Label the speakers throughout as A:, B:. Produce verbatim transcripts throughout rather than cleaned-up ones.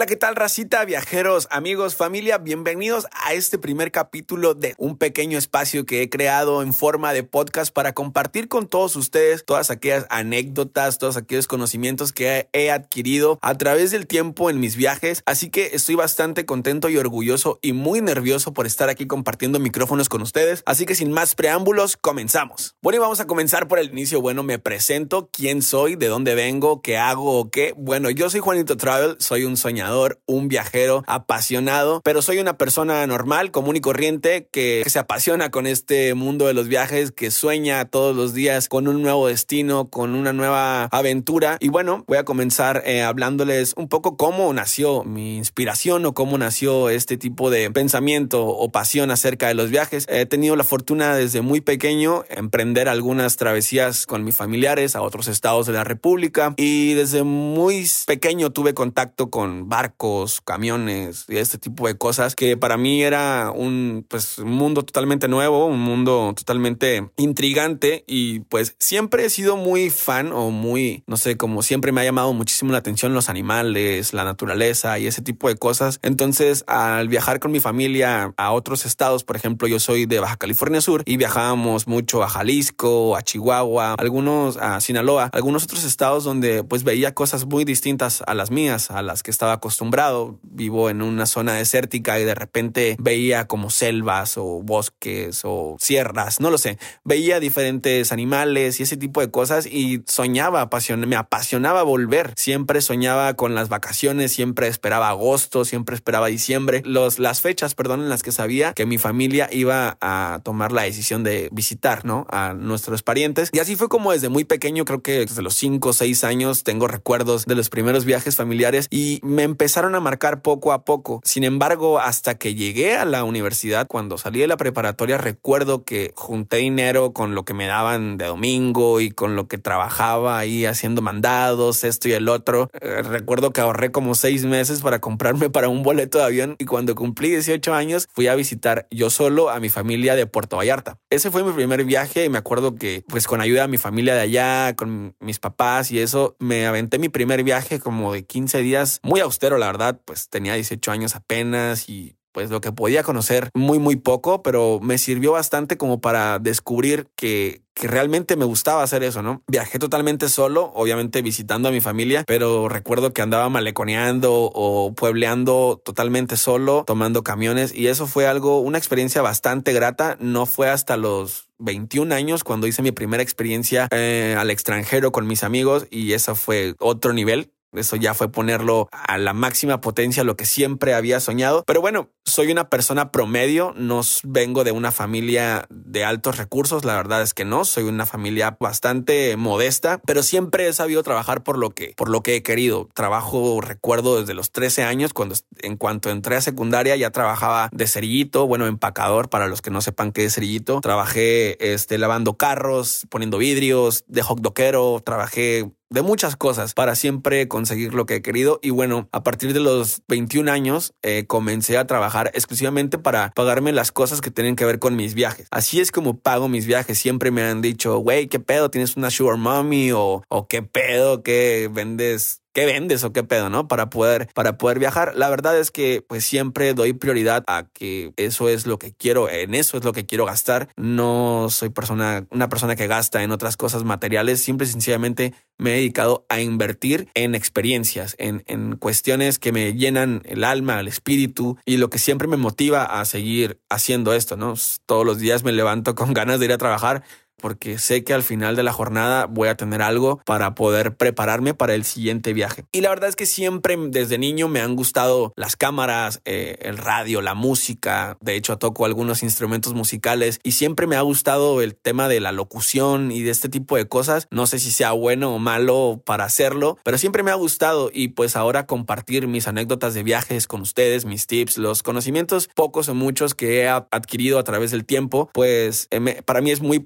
A: ¿qué tal, racita, viajeros, amigos, familia? Bienvenidos a este primer capítulo de un pequeño espacio que he creado en forma de podcast para compartir con todos ustedes todas aquellas anécdotas, todos aquellos conocimientos que he adquirido a través del tiempo en mis viajes. Así que estoy bastante contento y orgulloso y muy nervioso por estar aquí compartiendo micrófonos con ustedes. Así que sin más preámbulos, comenzamos. Bueno, y vamos a comenzar por el inicio. Bueno, me presento, quién soy, de dónde vengo, qué hago o qué. Bueno, yo soy Juanito Travel, soy un soñador, un viajero apasionado, pero soy una persona normal, común y corriente que, que se apasiona con este mundo de los viajes, que sueña todos los días con un nuevo destino, con una nueva aventura. Y bueno, voy a comenzar eh, hablándoles un poco cómo nació mi inspiración o cómo nació este tipo de pensamiento o pasión acerca de los viajes. He tenido la fortuna desde muy pequeño emprender algunas travesías con mis familiares a otros estados de la República, y desde muy pequeño tuve contacto con barcos, camiones y este tipo de cosas que para mí era un, pues, un mundo totalmente nuevo, un mundo totalmente intrigante. Y pues siempre he sido muy fan o muy, no sé, como siempre me ha llamado muchísimo la atención los animales, la naturaleza y ese tipo de cosas. Entonces, al viajar con mi familia a otros estados, por ejemplo, yo soy de Baja California Sur y viajábamos mucho a Jalisco, a Chihuahua, algunos a Sinaloa, algunos otros estados donde pues veía cosas muy distintas a las mías, a las que estaba acostumbrado. Vivo en una zona desértica y de repente veía como selvas o bosques o sierras, no lo sé. Veía diferentes animales y ese tipo de cosas y soñaba, apasion- me apasionaba volver. Siempre soñaba con las vacaciones, siempre esperaba agosto, siempre esperaba diciembre, los, las fechas, perdón, en las que sabía que mi familia iba a tomar la decisión de visitar, ¿no?, a nuestros parientes. Y así fue como desde muy pequeño, creo que desde los cinco o seis años, tengo recuerdos de los primeros viajes familiares y me empezaron a marcar poco a poco. Sin embargo, hasta que llegué a la universidad, cuando salí de la preparatoria, recuerdo que junté dinero con lo que me daban de domingo y con lo que trabajaba ahí haciendo mandados, esto y el otro. Eh, recuerdo que ahorré como seis meses para comprarme para un boleto de avión, y cuando cumplí dieciocho años fui a visitar yo solo a mi familia de Puerto Vallarta. Ese fue mi primer viaje y me acuerdo que pues con ayuda de mi familia de allá, con mis papás y eso, me aventé mi primer viaje como de quince días, muy austero, la verdad. Pues tenía dieciocho años apenas y pues lo que podía conocer muy muy poco, pero me sirvió bastante como para descubrir que que realmente me gustaba hacer eso, ¿no? Viajé totalmente solo, obviamente visitando a mi familia, pero recuerdo que andaba maleconeando o puebleando totalmente solo, tomando camiones, y eso fue algo, una experiencia bastante grata. No fue hasta los veintiún años cuando hice mi primera experiencia eh, al extranjero con mis amigos, y eso fue otro nivel. Eso ya fue ponerlo a la máxima potencia, lo que siempre había soñado. Pero bueno, soy una persona promedio, no vengo de una familia de altos recursos, la verdad es que no, soy una familia bastante modesta, pero siempre he sabido trabajar por lo que, por lo que he querido. Trabajo, recuerdo desde los trece años, cuando en cuanto entré a secundaria ya trabajaba de cerillito, bueno, empacador, para los que no sepan qué es cerillito. Trabajé este, lavando carros, poniendo vidrios, de hot doguero, trabajé de muchas cosas para siempre conseguir lo que he querido. Y bueno, a partir de los veintiún años eh, comencé a trabajar exclusivamente para pagarme las cosas que tienen que ver con mis viajes. Así es como pago mis viajes. Siempre me han dicho, güey, ¿qué pedo? ¿Tienes una sugar mommy? O, o ¿qué pedo? ¿Qué vendes? ¿Qué vendes o qué pedo, no? Para poder, para poder viajar. La verdad es que pues siempre doy prioridad a que eso es lo que quiero, en eso es lo que quiero gastar. No soy persona, una persona que gasta en otras cosas materiales. Simple y sencillamente me he dedicado a invertir en experiencias, en, en cuestiones que me llenan el alma, el espíritu, y lo que siempre me motiva a seguir haciendo esto, ¿no? Todos los días me levanto con ganas de ir a trabajar, porque sé que al final de la jornada voy a tener algo para poder prepararme para el siguiente viaje. Y la verdad es que siempre desde niño me han gustado las cámaras, eh, el radio, la música. De hecho, toco algunos instrumentos musicales y siempre me ha gustado el tema de la locución y de este tipo de cosas. No sé si sea bueno o malo para hacerlo, pero siempre me ha gustado. Y pues ahora compartir mis anécdotas de viajes con ustedes, mis tips, los conocimientos, pocos o muchos, que he adquirido a través del tiempo, pues eh, me, para mí es muy placentero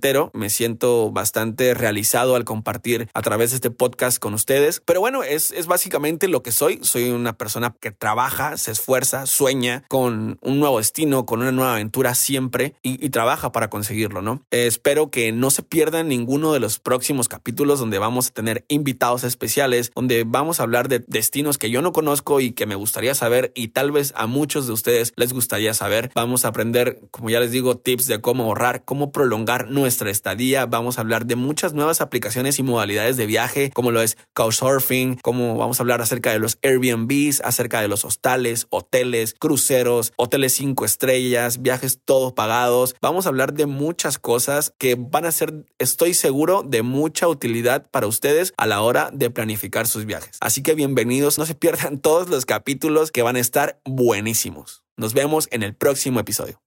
A: entero. Me siento bastante realizado al compartir a través de este podcast con ustedes. Pero bueno, es, es básicamente lo que soy. Soy una persona que trabaja, se esfuerza, sueña con un nuevo destino, con una nueva aventura siempre y, y trabaja para conseguirlo, ¿no? Eh, espero que no se pierdan ninguno de los próximos capítulos donde vamos a tener invitados especiales, donde vamos a hablar de destinos que yo no conozco y que me gustaría saber y tal vez a muchos de ustedes les gustaría saber. Vamos a aprender, como ya les digo, tips de cómo ahorrar, cómo prolongar nuestra estadía. Vamos a hablar de muchas nuevas aplicaciones y modalidades de viaje, como lo es Couchsurfing, como vamos a hablar acerca de los Airbnbs, acerca de los hostales, hoteles, cruceros, hoteles cinco estrellas, viajes todos pagados. Vamos a hablar de muchas cosas que van a ser, estoy seguro, de mucha utilidad para ustedes a la hora de planificar sus viajes. Así que bienvenidos, no se pierdan todos los capítulos que van a estar buenísimos. Nos vemos en el próximo episodio.